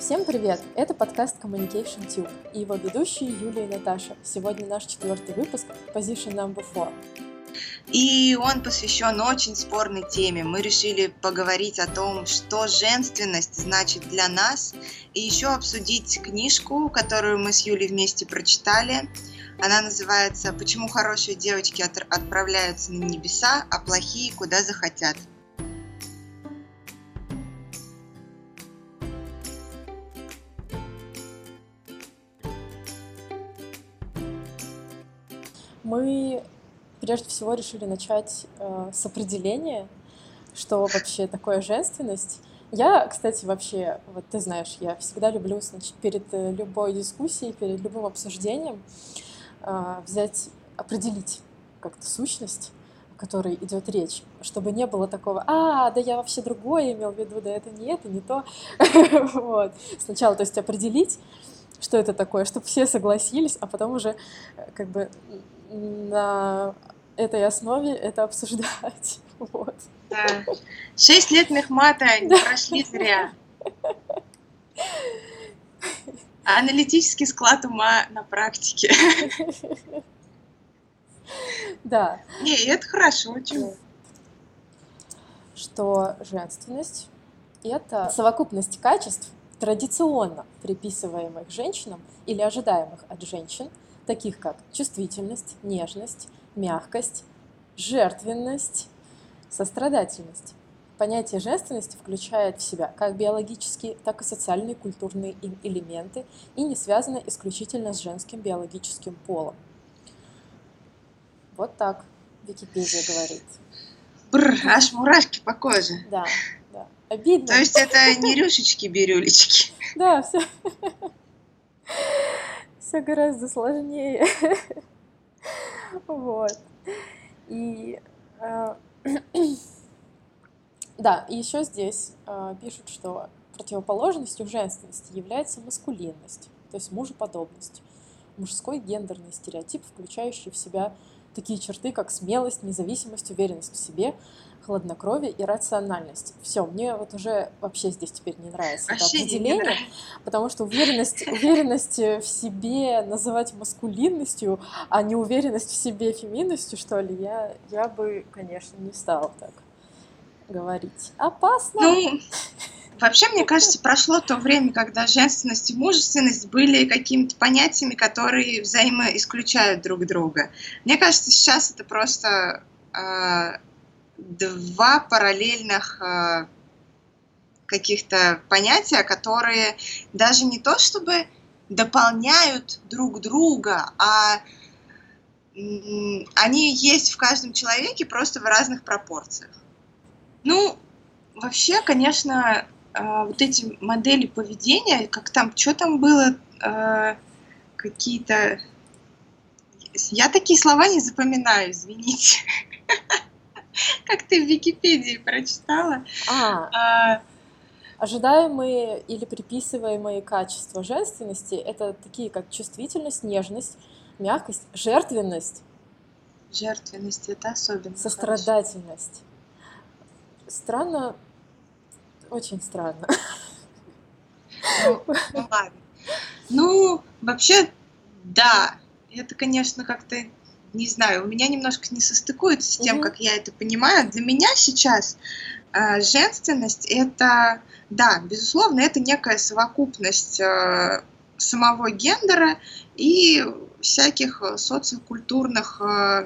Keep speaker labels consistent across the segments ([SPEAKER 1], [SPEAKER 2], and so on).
[SPEAKER 1] Всем привет! Это подкаст Communication Tube и его ведущие Юлия и Наташа. Сегодня наш 4-й выпуск Position Number 4.
[SPEAKER 2] И он посвящен очень спорной теме. Мы решили поговорить о том, что женственность значит для нас, и еще обсудить книжку, которую мы с Юлей вместе прочитали. Она называется «Почему хорошие девочки отправляются на небеса, а плохие куда захотят».
[SPEAKER 1] Мы прежде всего решили начать с определения, что вообще такое женственность. Я, кстати, вообще, вот ты знаешь, я всегда люблю перед любой дискуссией, перед любым обсуждением определить как-то сущность, о которой идет речь, чтобы не было такого: да я вообще другое имел в виду, да это, не то. Вот. Сначала, то есть, определить, что это такое, чтобы все согласились, а потом уже как бы на этой основе это обсуждать. Вот.
[SPEAKER 2] Да. 6 лет мехмата не прошли зря. А аналитический склад ума на практике.
[SPEAKER 1] Да.
[SPEAKER 2] Не, это хорошо. Чего?
[SPEAKER 1] Что женственность — это совокупность качеств, традиционно приписываемых женщинам или ожидаемых от женщин, таких как чувствительность, нежность, мягкость, жертвенность, сострадательность. Понятие женственности включает в себя как биологические, так и социальные культурные элементы и не связано исключительно с женским биологическим полом. Вот так Википедия говорит.
[SPEAKER 2] Аж мурашки по коже.
[SPEAKER 1] Да. Обидно.
[SPEAKER 2] То есть это не рюшечки-бирюлечки.
[SPEAKER 1] Да, все гораздо сложнее. Вот. И да, и еще здесь пишут, что противоположностью женственности является маскулинность, то есть мужеподобность. Мужской гендерный стереотип, включающий в себя такие черты, как смелость, независимость, уверенность в себе, хладнокровие и рациональность. Все, мне вот уже вообще здесь теперь не нравится это определение, потому что уверенность в себе называть маскулинностью, а не уверенность в себе феминностью, что ли, я бы, конечно, не стала так говорить. Опасно!
[SPEAKER 2] Ну, вообще, мне кажется, прошло то время, когда женственность и мужественность были какими-то понятиями, которые взаимоисключают друг друга. Мне кажется, сейчас это просто два параллельных каких-то понятия, которые даже не то чтобы дополняют друг друга, а они есть в каждом человеке, просто в разных пропорциях. Ну, вообще, конечно, вот эти модели поведения, что там было, какие-то... Я такие слова не запоминаю, извините. Как ты в Википедии прочитала.
[SPEAKER 1] Ожидаемые или приписываемые качества женственности — это такие, как чувствительность, нежность, мягкость, жертвенность.
[SPEAKER 2] Жертвенность — это особенно
[SPEAKER 1] сострадательность. Странно, очень странно.
[SPEAKER 2] Ну ладно. Ну, вообще, да. Это, конечно, как-то, не знаю, у меня немножко не состыкуется с тем, как я это понимаю. Для меня сейчас женственность — это, да, безусловно, это некая совокупность самого гендера и всяких социокультурных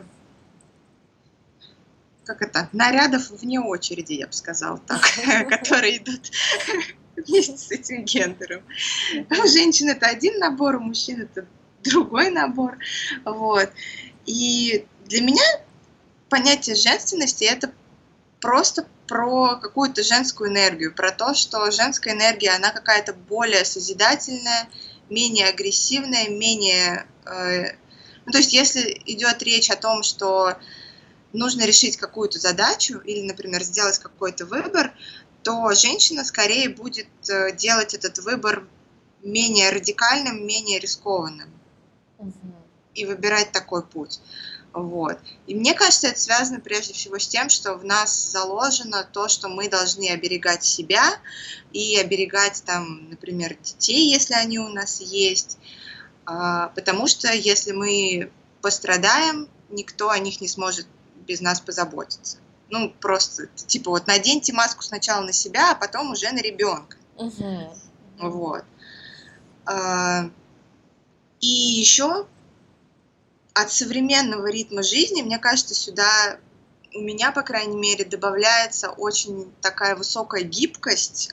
[SPEAKER 2] нарядов вне очереди, я бы сказала так, которые идут вместе с этим гендером. У женщин это один набор, у мужчин это другой набор. Вот. И для меня понятие женственности — это просто про какую-то женскую энергию, про то, что женская энергия, она какая-то более созидательная, менее агрессивная, менее... то есть если идет речь о том, что нужно решить какую-то задачу или, например, сделать какой-то выбор, то женщина скорее будет делать этот выбор менее радикальным, менее рискованным и выбирать такой путь. Вот. И мне кажется, это связано прежде всего с тем, что в нас заложено то, что мы должны оберегать себя и оберегать, там, например, детей, если они у нас есть. Потому что если мы пострадаем, никто о них не сможет без нас позаботиться. Ну, просто, типа, вот наденьте маску сначала на себя, а потом уже на ребенка.
[SPEAKER 1] Мгм.
[SPEAKER 2] Вот. И еще от современного ритма жизни, мне кажется, сюда у меня, по крайней мере, добавляется очень такая высокая гибкость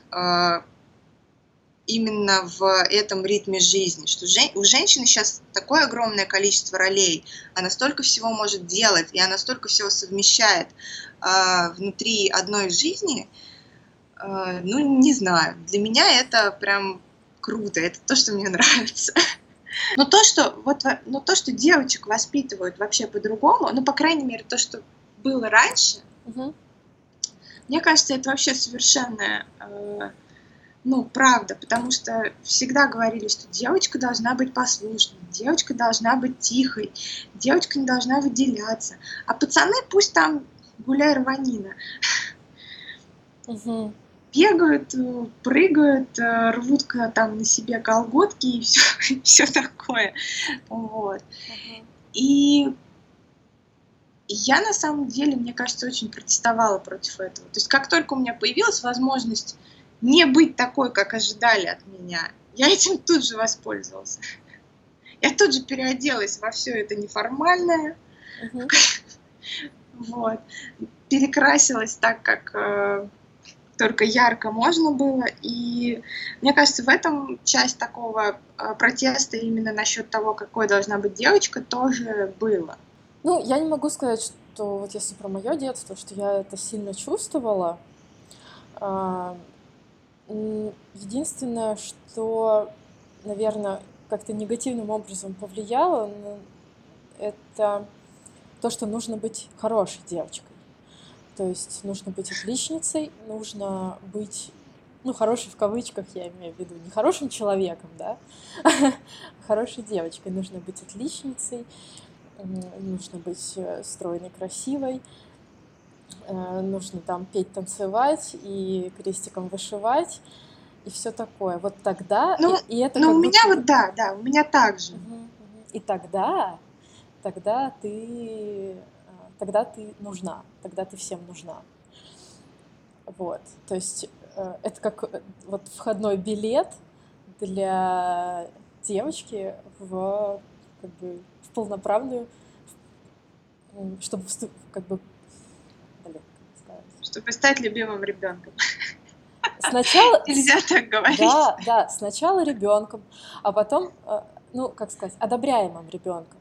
[SPEAKER 2] именно в этом ритме жизни, что у женщины сейчас такое огромное количество ролей, она столько всего может делать, и она столько всего совмещает внутри одной жизни, ну, не знаю, для меня это прям круто, это то, что мне нравится. Но то, что девочек воспитывают вообще по-другому, ну, по крайней мере, то, что было раньше,
[SPEAKER 1] Мгм.
[SPEAKER 2] мне кажется, это вообще совершенно, правда, потому что всегда говорили, что девочка должна быть послушной, девочка должна быть тихой, девочка не должна выделяться, а пацаны пусть там гуляй рванина.
[SPEAKER 1] Мгм.
[SPEAKER 2] Бегают, прыгают, рвут там на себе колготки и все такое. Вот.
[SPEAKER 1] Ага.
[SPEAKER 2] И я на самом деле, мне кажется, очень протестовала против этого. То есть как только у меня появилась возможность не быть такой, как ожидали от меня, я этим тут же воспользовалась. Я тут же переоделась во все это неформальное,
[SPEAKER 1] Мгм.
[SPEAKER 2] вот, перекрасилась так, как только ярко можно было. И мне кажется, в этом часть такого протеста именно насчет того, какой должна быть девочка, тоже было.
[SPEAKER 1] Ну, я не могу сказать, что вот если про мое детство, что я это сильно чувствовала. А, Единственное, что, наверное, как-то негативным образом повлияло, это то, что нужно быть хорошей девочкой. То есть нужно быть отличницей, нужно быть, ну, хорошей в кавычках, я имею в виду, не хорошим человеком, да, а хорошей девочкой. Нужно быть отличницей, нужно быть стройной, красивой, нужно там петь, танцевать и крестиком вышивать и все такое. Вот тогда,
[SPEAKER 2] Ну,
[SPEAKER 1] и это
[SPEAKER 2] у
[SPEAKER 1] как
[SPEAKER 2] меня
[SPEAKER 1] будто бы...
[SPEAKER 2] вот да, у меня так же.
[SPEAKER 1] Мгм, мгм. И тогда ты нужна, тогда ты всем нужна. Вот, то есть это как вот входной билет для девочки как бы в полноправную, чтобы как бы, блин, как сказать.
[SPEAKER 2] Чтобы стать любимым ребенком.
[SPEAKER 1] Сначала,
[SPEAKER 2] Нельзя так говорить.
[SPEAKER 1] да, сначала ребенком, а потом, ну, как сказать, одобряемым ребенком,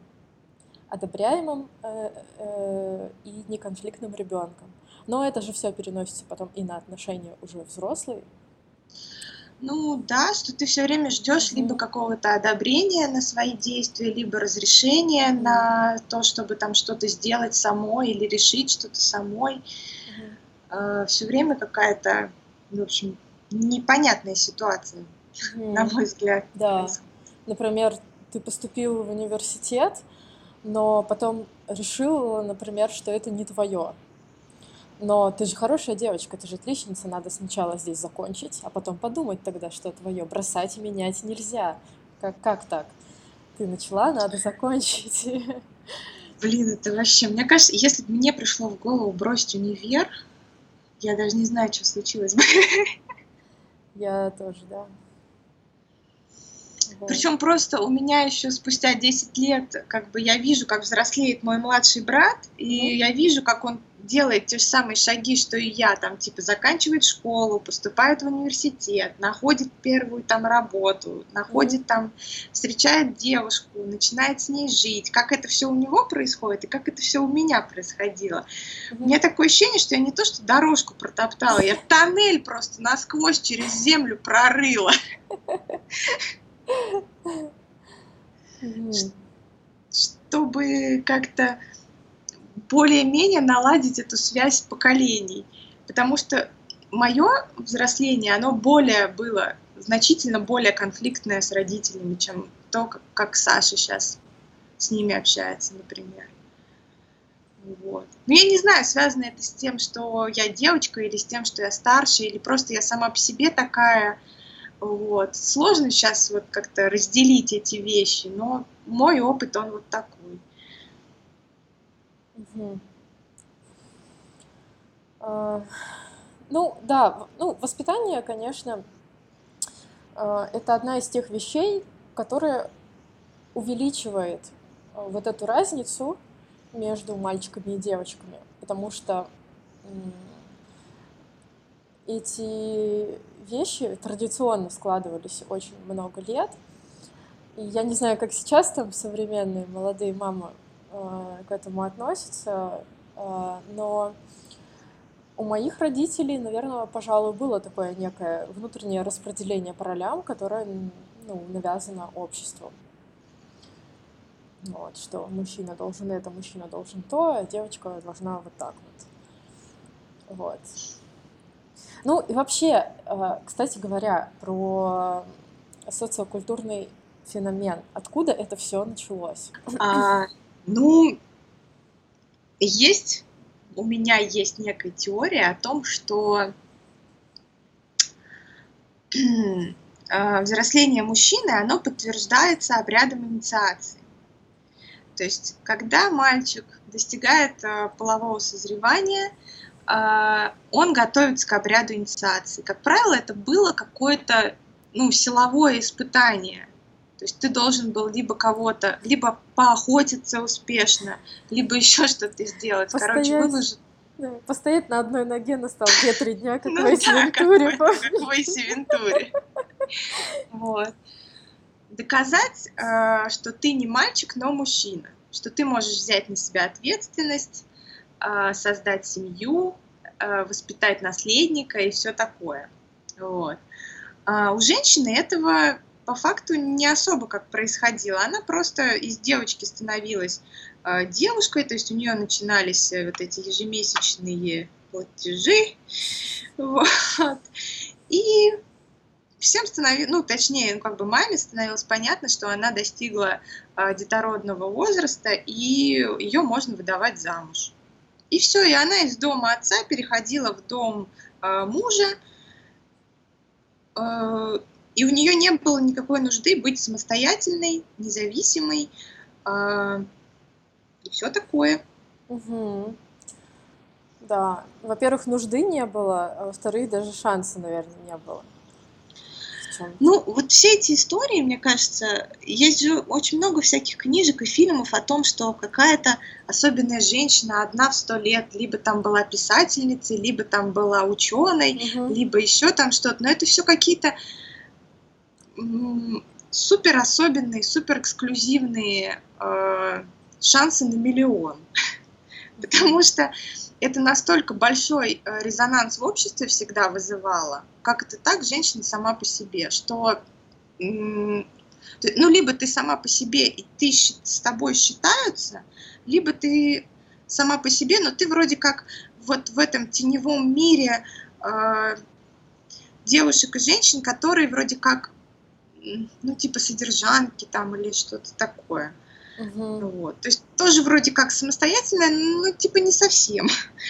[SPEAKER 1] и неконфликтным ребенком. Но это же все переносится потом и на отношения уже взрослые.
[SPEAKER 2] Ну да, что ты все время ждешь либо
[SPEAKER 1] Мгм.
[SPEAKER 2] какого-то одобрения на свои действия, либо разрешения
[SPEAKER 1] Мгм.
[SPEAKER 2] на то, чтобы там что-то сделать самой или решить что-то самой.
[SPEAKER 1] Мгм.
[SPEAKER 2] Все время какая-то, в общем, непонятная ситуация, на
[SPEAKER 1] Мгм.
[SPEAKER 2] мой взгляд,
[SPEAKER 1] Да.
[SPEAKER 2] происходит.
[SPEAKER 1] Например, ты поступил в университет, но потом решил, например, что это не твое. Но ты же хорошая девочка, ты же отличница, надо сначала здесь закончить, а потом подумать тогда, что твое. Бросать и менять нельзя. Как так? Ты начала, надо закончить.
[SPEAKER 2] Блин, это вообще, мне кажется, если бы мне пришло в голову бросить универ, я даже не знаю, что случилось бы.
[SPEAKER 1] Я тоже, да. Вот.
[SPEAKER 2] Причем просто у меня еще спустя 10 лет, как бы я вижу, как взрослеет мой младший брат, и я вижу, как он делает те же самые шаги, что и я, там, типа, заканчивает школу, поступает в университет, находит первую там работу, находит там, встречает девушку, начинает с ней жить, как это все у него происходит и как это все у меня происходило. У меня такое ощущение, что я не то, что дорожку протоптала, я тоннель просто насквозь через землю прорыла. Чтобы как-то более-менее наладить эту связь поколений. Потому что мое взросление, оно было значительно более конфликтное с родителями, чем то, как Саша сейчас с ними общается, например. Вот. Но я не знаю, связано это с тем, что я девочка, или с тем, что я старше, или просто я сама по себе такая. Вот. Сложно сейчас вот как-то разделить эти вещи, но мой опыт, он вот такой.
[SPEAKER 1] Мгм. А, Ну, да, ну, воспитание, конечно, это одна из тех вещей, которая увеличивает вот эту разницу между мальчиками и девочками, потому что эти вещи традиционно складывались очень много лет. И я не знаю, как сейчас там современные молодые мамы к этому относятся, но у моих родителей, наверное, пожалуй, было такое некое внутреннее распределение по ролям, которое ну, навязано обществом. Вот, что мужчина должен это, мужчина должен то, а девочка должна вот так вот. Вот. Ну и вообще, кстати говоря, про социокультурный феномен. Откуда это все началось?
[SPEAKER 2] Ну, у меня есть некая теория о том, что взросление мужчины, оно подтверждается обрядом инициации. То есть, когда мальчик достигает полового созревания, он готовится к обряду инициации. Как правило, это было какое-то силовое испытание. То есть ты должен был либо поохотиться успешно, либо еще что-то сделать. Короче, выложить.
[SPEAKER 1] Да, постоять на одной ноге настал 2-3 дня, как в
[SPEAKER 2] Ну
[SPEAKER 1] Эйс
[SPEAKER 2] да, как
[SPEAKER 1] Вентуре.
[SPEAKER 2] в Эйсе Вентуре. Вот. Доказать, что ты не мальчик, но мужчина. Что ты можешь взять на себя ответственность, создать семью, воспитать наследника и все такое. Вот. У женщины этого по факту не особо как происходило. Она просто из девочки становилась девушкой, то есть у нее начинались вот эти ежемесячные платежи. Вот. И всем становилось, точнее, маме становилось понятно, что она достигла детородного возраста, и ее можно выдавать замуж. И все, и она из дома отца переходила в дом мужа, и у нее не было никакой нужды быть самостоятельной, независимой, и все такое.
[SPEAKER 1] Угу. Да, во-первых, нужды не было, а во-вторых, даже шанса, наверное, не было.
[SPEAKER 2] Ну, вот все эти истории, мне кажется, есть же очень много всяких книжек и фильмов о том, что какая-то особенная женщина одна в 100 лет либо там была писательницей, либо там была ученой, либо еще там что-то. Но это все какие-то супер особенные, супер эксклюзивные шансы на миллион. Потому что это настолько большой резонанс в обществе всегда вызывало, как это так, женщина сама по себе, что либо ты сама по себе, и ты с тобой считаются, либо ты сама по себе, но ты вроде как вот в этом теневом мире девушек и женщин, которые вроде как, типа содержанки там или что-то такое. Вот. То есть тоже вроде как самостоятельная, но типа не совсем.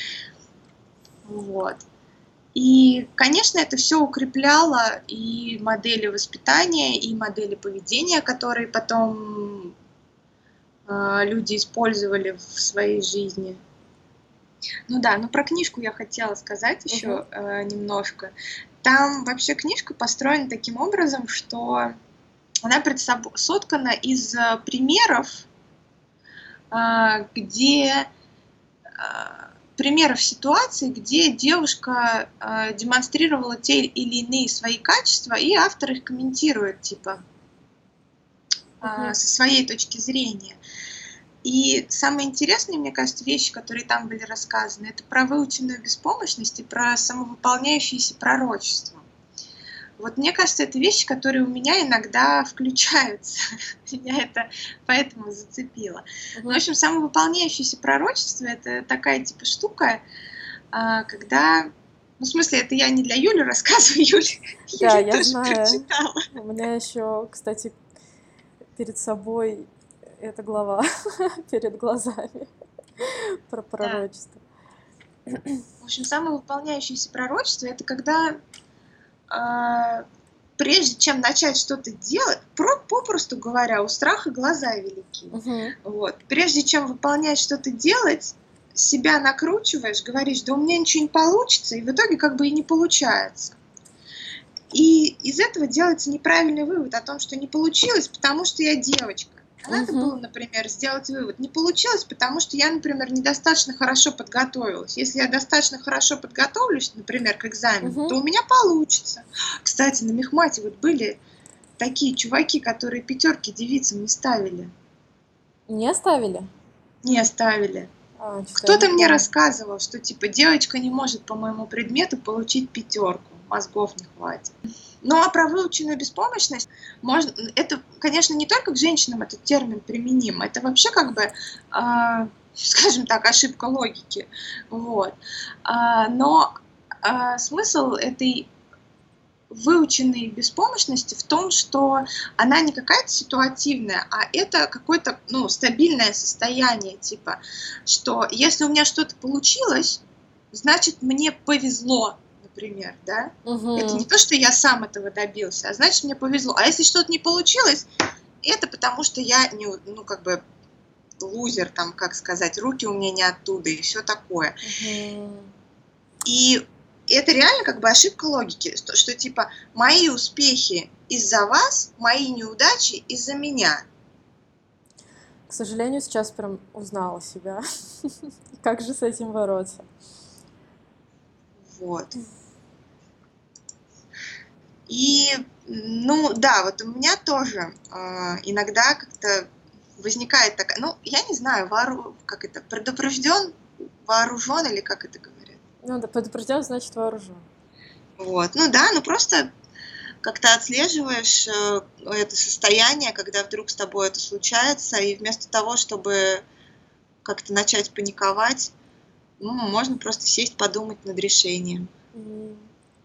[SPEAKER 2] Вот. И, конечно, это все укрепляло и модели воспитания, и модели поведения, которые потом люди использовали в своей жизни. Ну да, про книжку я хотела сказать еще немножко. Там вообще книжка построена таким образом, что она соткана из примеров, примеров ситуаций, где девушка демонстрировала те или иные свои качества, и автор их комментирует, типа, со своей точки зрения. И самые интересные, мне кажется, вещи, которые там были рассказаны, это про выученную беспомощность и про самовыполняющиеся пророчества. Вот мне кажется, это вещи, которые у меня иногда включаются. Меня это поэтому зацепило. В общем, самовыполняющееся пророчество — это такая типа штука, когда... в смысле, это я не для Юли рассказываю,
[SPEAKER 1] Юля я
[SPEAKER 2] тоже
[SPEAKER 1] знаю.
[SPEAKER 2] прочитала.
[SPEAKER 1] У меня еще, кстати, перед собой эта глава перед глазами. про
[SPEAKER 2] Да.
[SPEAKER 1] пророчество.
[SPEAKER 2] В общем, самовыполняющееся пророчество — это когда а, прежде чем начать что-то делать, попросту говоря, у страха глаза велики.
[SPEAKER 1] Мгм.
[SPEAKER 2] Вот. Прежде чем выполнять что-то делать, себя накручиваешь, говоришь, да у меня ничего не получится, и в итоге как бы и не получается. И из этого делается неправильный вывод о том, что не получилось, потому что я девочка. А надо было,
[SPEAKER 1] Мгм.
[SPEAKER 2] например, сделать вывод. Не получилось, потому что я, например, недостаточно хорошо подготовилась. Если я достаточно хорошо подготовлюсь, например, к экзамену,
[SPEAKER 1] Мгм.
[SPEAKER 2] то у меня получится. Кстати, на мехмате вот были такие чуваки, которые пятерки девицам не ставили.
[SPEAKER 1] Не оставили?
[SPEAKER 2] Не ставили.
[SPEAKER 1] Что-то я не
[SPEAKER 2] Кто-то мне
[SPEAKER 1] помню.
[SPEAKER 2] рассказывал, что типа девочка не может по моему предмету получить пятерку, мозгов не хватит. Ну а про выученную беспомощность можно, это, конечно, не только к женщинам этот термин применим, это вообще как бы, скажем так, ошибка логики, вот. Но смысл этой выученной беспомощности в том, что она не какая-то ситуативная, а это какое-то, ну, стабильное состояние, типа, что если у меня что-то получилось, значит, мне повезло, например, да? Это не
[SPEAKER 1] Мгм.
[SPEAKER 2] то, что я сам этого добился, а значит, мне повезло. А если что-то не получилось, это потому что я, не, ну, как бы, лузер, там, как сказать, руки у меня не оттуда и все такое.
[SPEAKER 1] Мгм.
[SPEAKER 2] И это реально как бы ошибка логики, что типа мои успехи из-за вас, мои неудачи из-за меня.
[SPEAKER 1] К сожалению, сейчас прям узнала себя. Как же с этим бороться?
[SPEAKER 2] Вот. И, ну да, вот у меня тоже иногда как-то возникает такая, ну, я не знаю, как это, предупрежден, вооружен или как это говорят.
[SPEAKER 1] Ну да, предупрежден, значит вооружен.
[SPEAKER 2] Вот, ну да, ну просто как-то отслеживаешь это состояние, когда вдруг с тобой это случается, и вместо того, чтобы как-то начать паниковать, ну, можно просто сесть, подумать над решением.
[SPEAKER 1] М.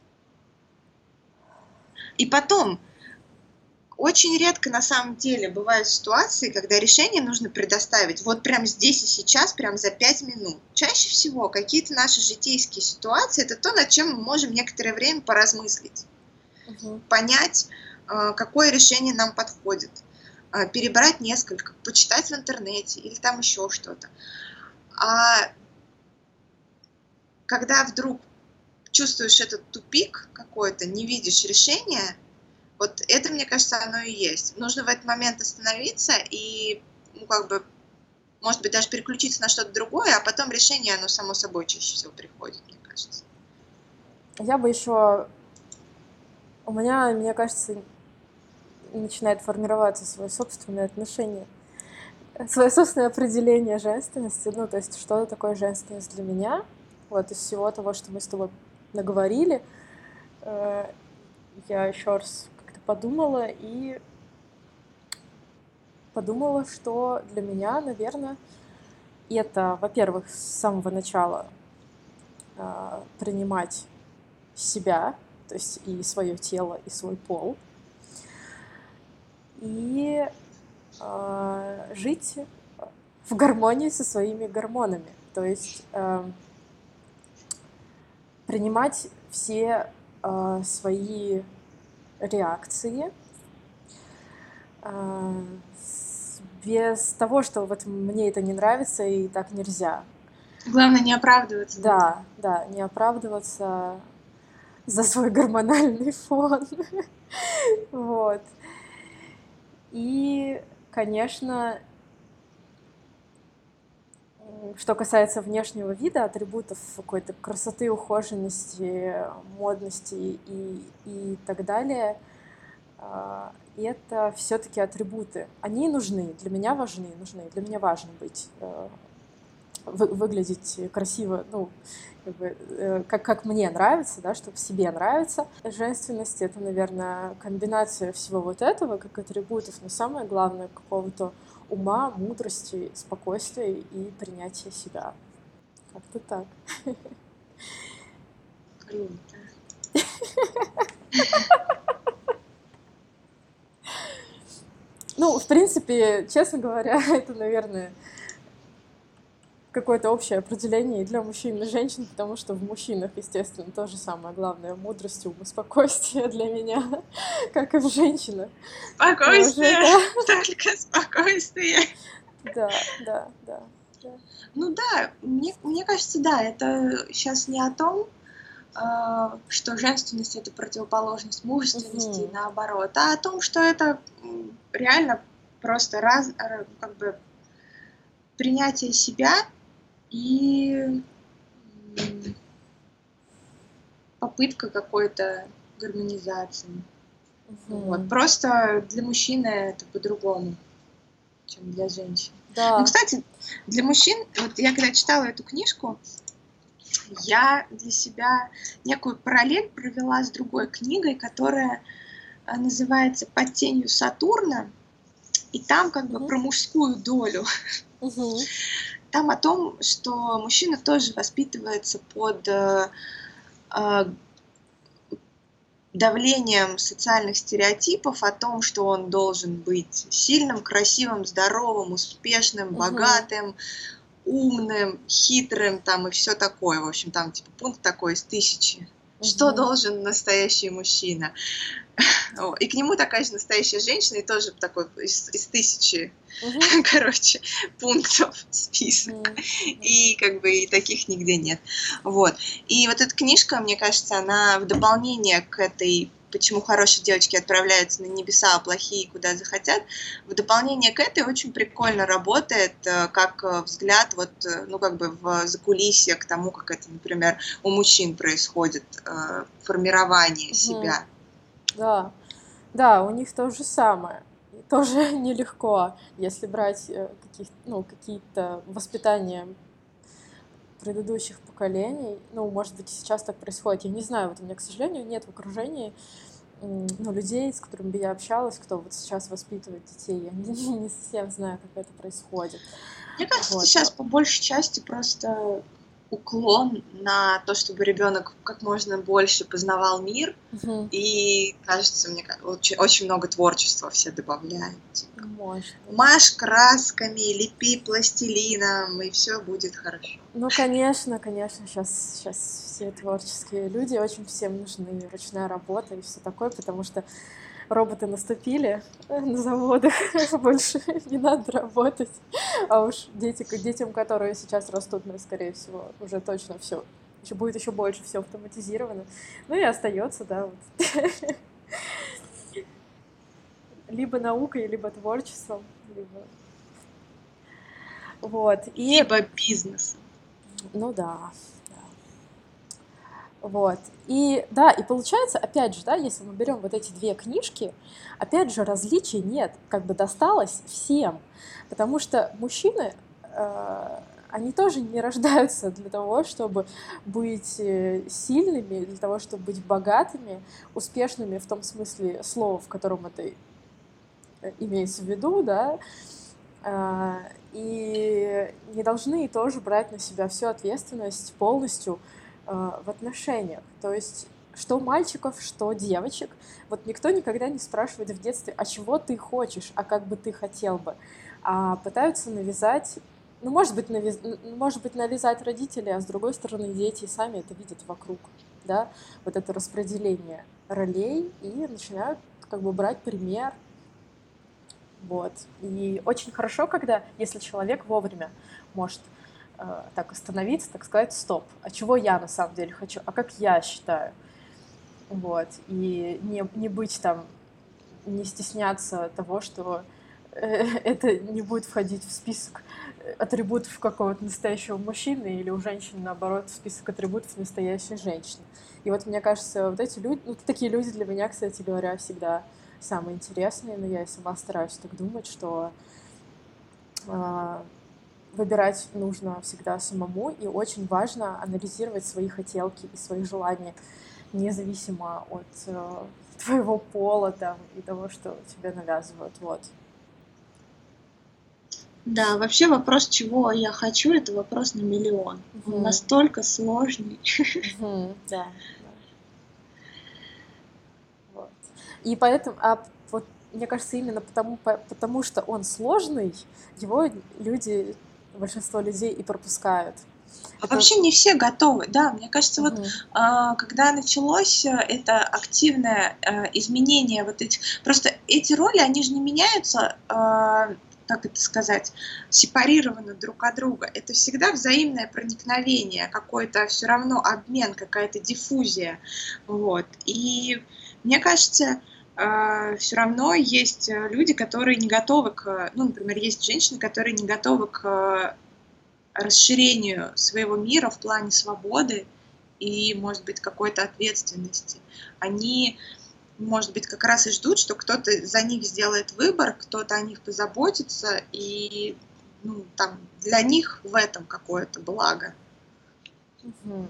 [SPEAKER 2] И потом, очень редко на самом деле бывают ситуации, когда решение нужно предоставить вот прямо здесь и сейчас, прям за 5 минут. Чаще всего какие-то наши житейские ситуации — это то, над чем мы можем некоторое время поразмыслить,
[SPEAKER 1] Мгм.
[SPEAKER 2] понять, какое решение нам подходит, перебрать несколько, почитать в интернете или там еще что-то. А когда вдруг чувствуешь этот тупик какой-то, не видишь решения, вот это, мне кажется, оно и есть. Нужно в этот момент остановиться и, ну, как бы, может быть, даже переключиться на что-то другое, а потом решение, оно само собой чаще всего приходит, мне кажется.
[SPEAKER 1] Я бы еще... У меня, мне кажется, начинает формироваться свое собственное отношение, свое собственное определение женственности. Ну, то есть, что такое женственность для меня. Вот из всего того, что мы с тобой наговорили, я еще раз как-то подумала, что для меня, наверное, это, во-первых, с самого начала принимать себя, то есть и свое тело, и свой пол, и жить в гармонии со своими гормонами, то есть принимать все свои реакции без того, что вот мне это не нравится и так нельзя.
[SPEAKER 2] Главное не оправдываться в этом.
[SPEAKER 1] Да, да, не оправдываться за свой гормональный фон. Вот. И, конечно, что касается внешнего вида, атрибутов какой-то красоты, ухоженности, модности и так далее, это все-таки атрибуты. Они нужны, для меня нужны. Для меня важно быть, выглядеть красиво, ну, как мне нравится, да, чтобы себе нравится. Женственность — это, наверное, комбинация всего вот этого, как атрибутов, но самое главное — какого-то ума, мудрости, спокойствия и принятия себя. Как-то так.
[SPEAKER 2] Круто.
[SPEAKER 1] Ну, в принципе, честно говоря, это, наверное, какое-то общее определение и для мужчин, и женщин, потому что в мужчинах, естественно, тоже самое главное — мудрость, ум и спокойствие для меня, как и в женщинах тоже,
[SPEAKER 2] Спокойствие,
[SPEAKER 1] да.
[SPEAKER 2] только спокойствие.
[SPEAKER 1] Да, да, да, да.
[SPEAKER 2] Ну да, мне кажется, да, это сейчас не о том, что женственность — это противоположность мужественности и
[SPEAKER 1] Мгм.
[SPEAKER 2] наоборот, а о том, что это реально просто как бы принятие себя и попытка какой-то гармонизации. Вот.
[SPEAKER 1] Мгм.
[SPEAKER 2] Просто для мужчины это по-другому, чем для женщин. Ну,
[SPEAKER 1] Да.
[SPEAKER 2] кстати, для мужчин, вот я когда читала эту книжку, я для себя некую параллель провела с другой книгой, которая называется «Под тенью Сатурна», и там как бы
[SPEAKER 1] Мгм.
[SPEAKER 2] про мужскую долю.
[SPEAKER 1] Мгм.
[SPEAKER 2] Там о том, что мужчина тоже воспитывается под давлением социальных стереотипов о том, что он должен быть сильным, красивым, здоровым, успешным,
[SPEAKER 1] Мгм.
[SPEAKER 2] богатым, умным, хитрым там и все такое. В общем, там типа пункт такой из 1000. Что
[SPEAKER 1] Мгм.
[SPEAKER 2] должен настоящий мужчина? И к нему такая же настоящая женщина, и тоже такой из 1000,
[SPEAKER 1] Мгм.
[SPEAKER 2] короче, пунктов список.
[SPEAKER 1] Мгм.
[SPEAKER 2] И как бы и таких нигде нет. Вот. И вот эта книжка, мне кажется, она в дополнение к этой «Почему хорошие девочки отправляются на небеса, а плохие куда захотят», в дополнение к этой очень прикольно работает, как взгляд вот, ну, как бы в закулисье к тому, как это, например, у мужчин происходит формирование
[SPEAKER 1] Мгм.
[SPEAKER 2] себя.
[SPEAKER 1] Да. Да, у них то же самое. И тоже нелегко, если брать какие-то воспитания предыдущих поколений. Ну, может быть, сейчас так происходит. Я не знаю, вот у меня, к сожалению, нет в окружении ну, людей, с которыми бы я общалась, кто вот сейчас воспитывает детей. Я не совсем знаю, как это происходит.
[SPEAKER 2] Мне кажется,
[SPEAKER 1] Вот.
[SPEAKER 2] сейчас по большей части просто уклон на то, чтобы ребенок как можно больше познавал мир,
[SPEAKER 1] Мгм.
[SPEAKER 2] и кажется, мне очень, очень много творчества все добавляют. Типа,
[SPEAKER 1] Может быть.
[SPEAKER 2] машь красками, лепи пластилином, и все будет хорошо.
[SPEAKER 1] Ну, конечно, конечно, сейчас все творческие люди, очень всем нужны ручная работа и все такое, потому что роботы наступили на заводах, больше не надо работать. А уж детям, которые сейчас растут, ну, скорее всего, уже точно все будет еще больше все автоматизировано. Ну и остается, да, вот. Либо наукой, либо творчеством, либо... Вот. И,
[SPEAKER 2] Либо бизнесом.
[SPEAKER 1] ну да, да. Вот. И да, и получается, опять же, да, если мы берем вот эти две книжки, опять же, различий нет, как бы досталось всем. Потому что мужчины, они тоже не рождаются для того, чтобы быть сильными, для того, чтобы быть богатыми, успешными в том смысле слова, в котором это имеется в виду, да, и не должны тоже брать на себя всю ответственность полностью в отношениях. То есть что мальчиков, что девочек. Вот никто никогда не спрашивает в детстве, а чего ты хочешь, а как бы ты хотел бы. А пытаются навязать, ну, может быть, навязать родители, а с другой стороны, дети сами это видят вокруг, да, вот это распределение ролей и начинают как бы брать пример. Вот. И очень хорошо, когда, если человек вовремя может так остановиться, так сказать, стоп, а чего я на самом деле хочу, а как я считаю. Вот. И не быть там, не стесняться того, что это не будет входить в список атрибутов какого-то настоящего мужчины или у женщины, наоборот, в список атрибутов настоящей женщины. И вот мне кажется, вот эти люди, ну, такие люди для меня, кстати говоря, всегда самые интересные, но я и сама стараюсь так думать, что э, выбирать нужно всегда самому, и очень важно анализировать свои хотелки и свои желания, независимо от твоего пола там, и того, что тебе навязывают. Вот.
[SPEAKER 2] Да, вообще вопрос, чего я хочу, это вопрос на миллион. Он
[SPEAKER 1] Мгм.
[SPEAKER 2] настолько сложный.
[SPEAKER 1] Мгм. Да, да. Вот. И поэтому, вот мне кажется, именно потому что он сложный, его люди большинство людей и пропускают.
[SPEAKER 2] А вообще не все готовы, да, мне кажется, вот
[SPEAKER 1] Мгм.
[SPEAKER 2] когда началось это активное изменение вот этих, просто эти роли, они же не меняются, как это сказать, сепарированно друг от друга. Это всегда взаимное проникновение, какой-то все равно обмен, какая-то диффузия, вот. И мне кажется, все равно есть люди, которые не готовы ну, например, есть женщины, которые не готовы к расширению своего мира в плане свободы и, может быть, какой-то ответственности. Они, может быть, как раз и ждут, что кто-то за них сделает выбор, кто-то о них позаботится, и ну, там, для них в этом какое-то благо.
[SPEAKER 1] Мгм.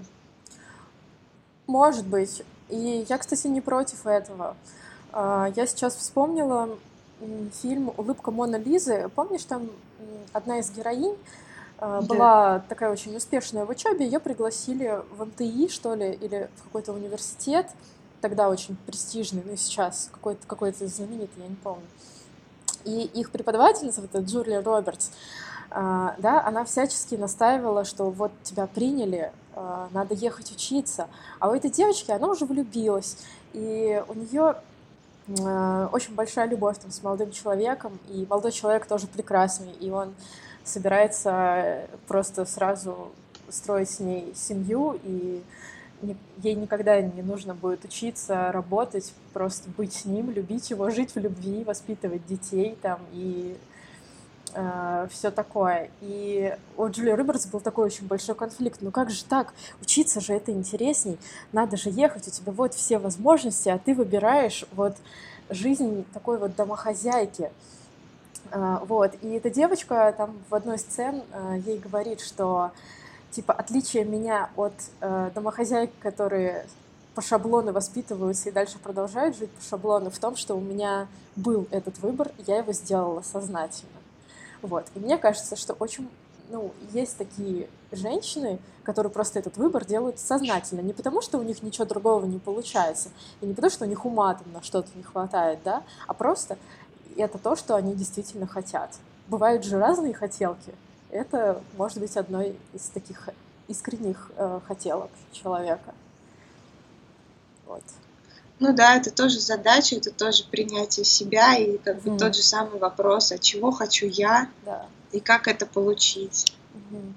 [SPEAKER 1] Может быть. И я, кстати, не против этого. Я сейчас вспомнила фильм «Улыбка Моны Лизы». Помнишь, там одна из героинь
[SPEAKER 2] Да.
[SPEAKER 1] была такая очень успешная в учебе, ее пригласили в МТИ, что ли, или в какой-то университет, тогда очень престижный, ну и сейчас какой-то знаменитый, я не помню. И их преподавательница, вот эта Джулия Робертс, да, она всячески настаивала, что вот тебя приняли, надо ехать учиться. А у этой девочки она уже влюбилась, и у нее очень большая любовь там с молодым человеком, и молодой человек тоже прекрасный, и он собирается просто сразу строить с ней семью, и ей никогда не нужно будет учиться, работать, просто быть с ним, любить его, жить в любви, воспитывать детей там и все такое. И у Джулии Робертс был такой очень большой конфликт. Ну как же так? Учиться же это интересней. Надо же ехать, у тебя вот все возможности, а ты выбираешь вот жизнь такой вот домохозяйки. Вот. И эта девочка там в одной из сцен ей говорит, что типа отличие меня от домохозяек, которые по шаблону воспитываются и дальше продолжают жить по шаблону, в том, что у меня был этот выбор, и я его сделала сознательно. Вот. И мне кажется, что очень, ну, есть такие женщины, которые просто этот выбор делают сознательно. Не потому, что у них ничего другого не получается, и не потому, что у них ума там на что-то не хватает, да, а просто это то, что они действительно хотят. Бывают же разные хотелки. Это может быть одной из таких искренних хотелок человека. Вот.
[SPEAKER 2] Ну да, это тоже задача, это тоже принятие себя и как бы
[SPEAKER 1] Мгм.
[SPEAKER 2] тот же самый вопрос, а чего хочу я
[SPEAKER 1] Да.
[SPEAKER 2] и как это получить.
[SPEAKER 1] Мгм.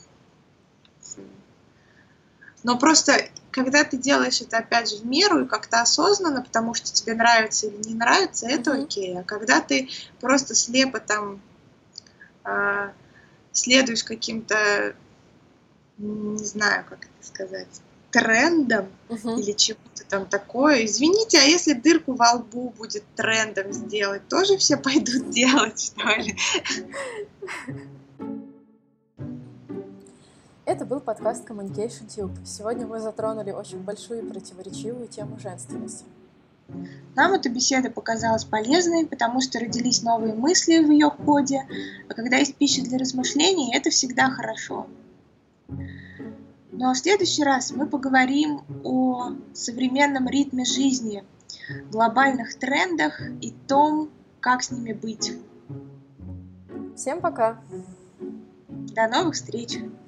[SPEAKER 2] Но просто, когда ты делаешь это, опять же, в меру и как-то осознанно, потому что тебе нравится или не нравится, это
[SPEAKER 1] Мгм.
[SPEAKER 2] окей. А когда ты просто слепо там следуешь каким-то, не знаю, как это сказать, трендом
[SPEAKER 1] Мгм.
[SPEAKER 2] или чему-то там такое. Извините, а если дырку во лбу будет трендом сделать, тоже все пойдут делать, что ли?
[SPEAKER 1] Это был подкаст Communication Tube. Сегодня мы затронули очень большую и противоречивую тему женственности.
[SPEAKER 2] Нам эта беседа показалась полезной, потому что родились новые мысли в ее ходе, а когда есть пища для размышлений, это всегда хорошо. Ну а в следующий раз мы поговорим о современном ритме жизни, глобальных трендах и том, как с ними быть.
[SPEAKER 1] Всем пока!
[SPEAKER 2] До новых встреч!